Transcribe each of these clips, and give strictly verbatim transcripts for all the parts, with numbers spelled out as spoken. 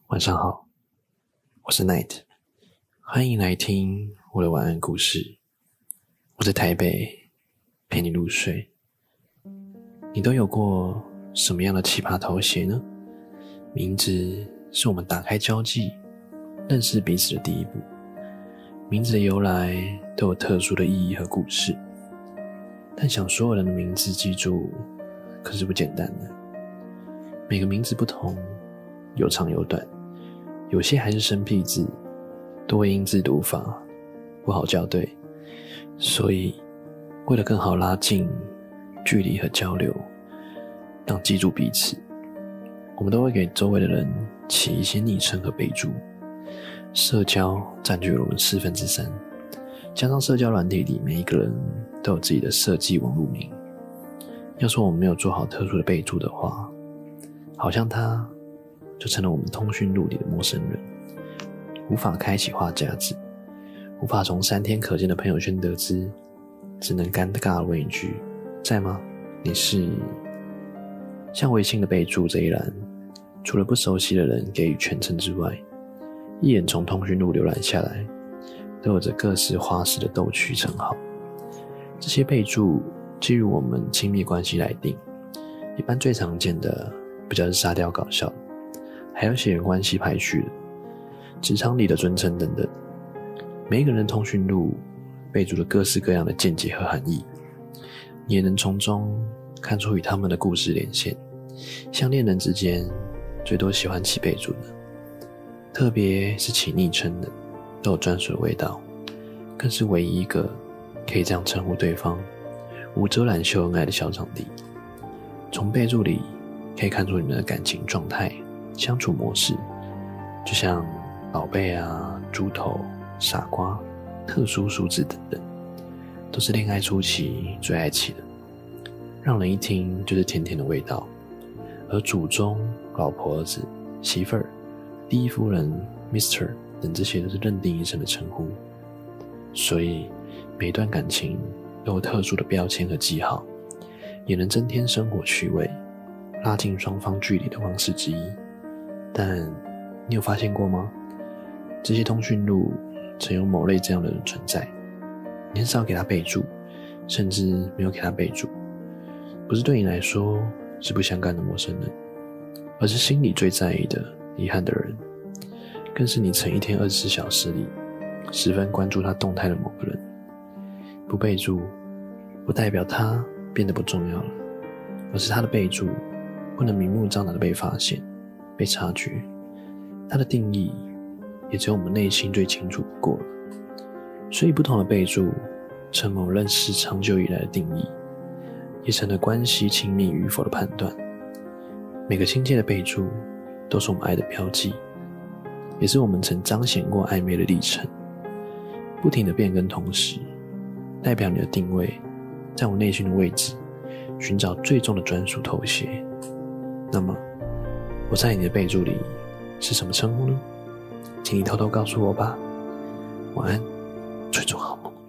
晚上好，我是 Night， 欢迎来听我的晚安故事。我在台北陪你入睡。你都有过什么样的奇葩头衔呢？名字是我们打开交际认识彼此的第一步，名字的由来都有特殊的意义和故事，但想所有人的名字记住可是不简单的。每个名字不同，有长有短，有些还是生僻字，多音字读法不好校对，所以为了更好拉近距离和交流，让记住彼此，我们都会给周围的人起一些昵称和备注。社交占据了我们四分之三，加上社交软体里每一个人都有自己的设计网路名。要说我们没有做好特殊的备注的话，好像他就成了我们通讯录里的陌生人，无法开启话匣子，无法从三天可见的朋友圈得知，只能尴尬地问一句：在吗？你是？像微信的备注这一栏，除了不熟悉的人给予全称之外，一眼从通讯录浏览下来，都有着各式花式的逗趣称号。这些备注基于我们亲密关系来定，一般最常见的比较是沙雕搞笑，还有血缘关系排序的，职场里的尊称等等。每一个人的通讯录备注了各式各样的见解和含义，你也能从中看出与他们的故事连线。像恋人之间最多喜欢起备注的，特别是起昵称的，都有专属的味道，更是唯一一个可以这样称呼对方，无遮拦秀恩爱的小场地。从备注里可以看出你们的感情状态、相处模式，就像宝贝啊、猪头、傻瓜、特殊数字等等，都是恋爱初期最爱起的，让人一听就是甜甜的味道。而祖宗、老婆、儿子、媳妇儿、第一夫人、Mister 等这些都是认定一生的称呼。所以每一段感情都有特殊的标签和记号，也能增添生活趣味，拉近双方距离的方式之一。但你有发现过吗？这些通讯录曾有某类这样的人存在，你很少给他备注，甚至没有给他备注，不是对你来说是不相干的陌生人，而是心里最在意的遗憾的人，更是你曾一天二十四小时里十分关注他动态的某个人。不备注不代表他变得不重要了，而是他的备注不能明目张胆的被发现、被察觉。他的定义也只有我们内心最清楚不过了。所以不同的备注成某认识长久以来的定义，也成了关系亲密与否的判断。每个亲切的备注都是我们爱的标记，也是我们曾彰显过暧昧的历程。不停的变更同时，代表你的定位在我内心的位置，寻找最终的专属头衔。那么我在你的备注里是什么称呼呢？请你偷偷告诉我吧。晚安，追逐好梦。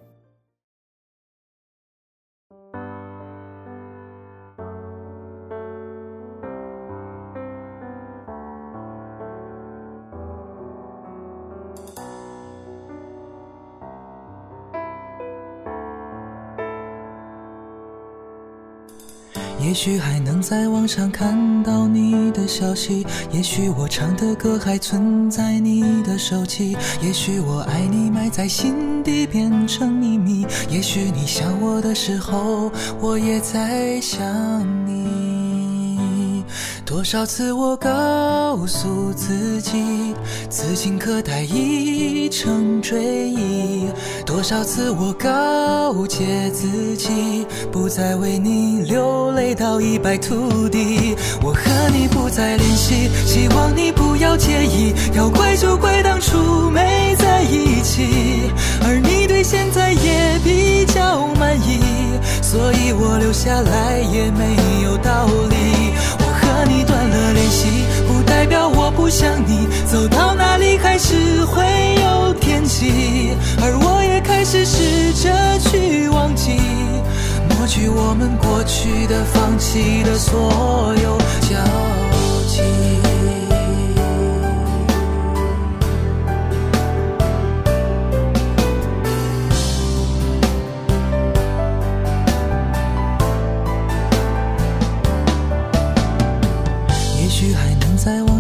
也许还能在网上看到你的消息，也许我唱的歌还存在你的手机，也许我爱你埋在心底变成秘密，也许你想我的时候我也在想你。多少次我告诉自己，此情可待已成追忆，多少次我告诫自己，不再为你流泪到一败涂地。我和你不再联系，希望你不要介意，要怪就怪当初没在一起，而你对现在也比较满意，所以我留下来也没有道理。我和你断了联系，不代表我不想你，走到哪里还是会有天际，而我也开始试着去忘记，抹去我们过去的、放弃的所有交集。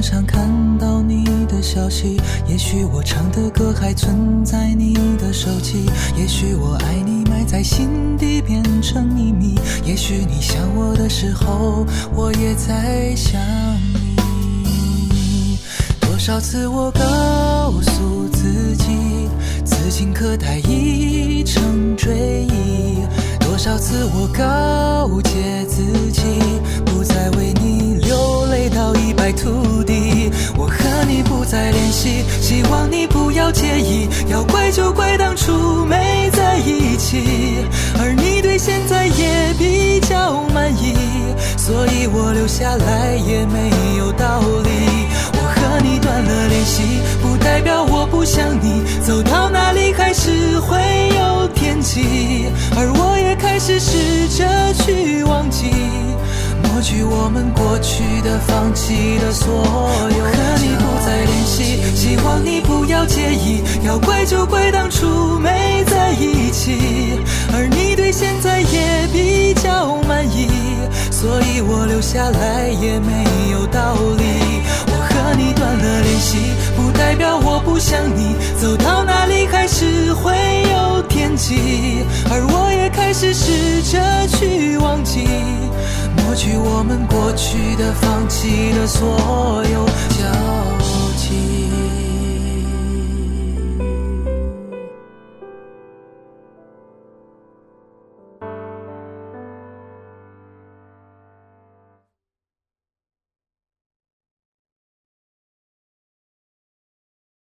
上看到你的消息，也许我唱的歌还存在你的手机，也许我爱你埋在心底变成秘密，也许你想我的时候，我也在想你。多少次我告诉自己，此情可待已成追忆，多少次我告诫自己，不再为你流泪到一败涂地。我和你不再联系，希望你不要介意，要怪就怪当初没在一起，而你对现在也比较满意，所以我留下来也没有道理。我和你断了联系，不代表我不想你，走到哪里还是会有天际，而我也开始试着去忘记，抹去我们过去的放弃的所有。我和你不再联系，希望你不要介意，要怪就怪当初没在一起，而你对现在也比较满意，所以我留下来也没有道理。我和你断了联系，不代表我不想你，走到哪里还是会有天际，而我也开始试着去忘记，抹去我们过去的放弃的所有交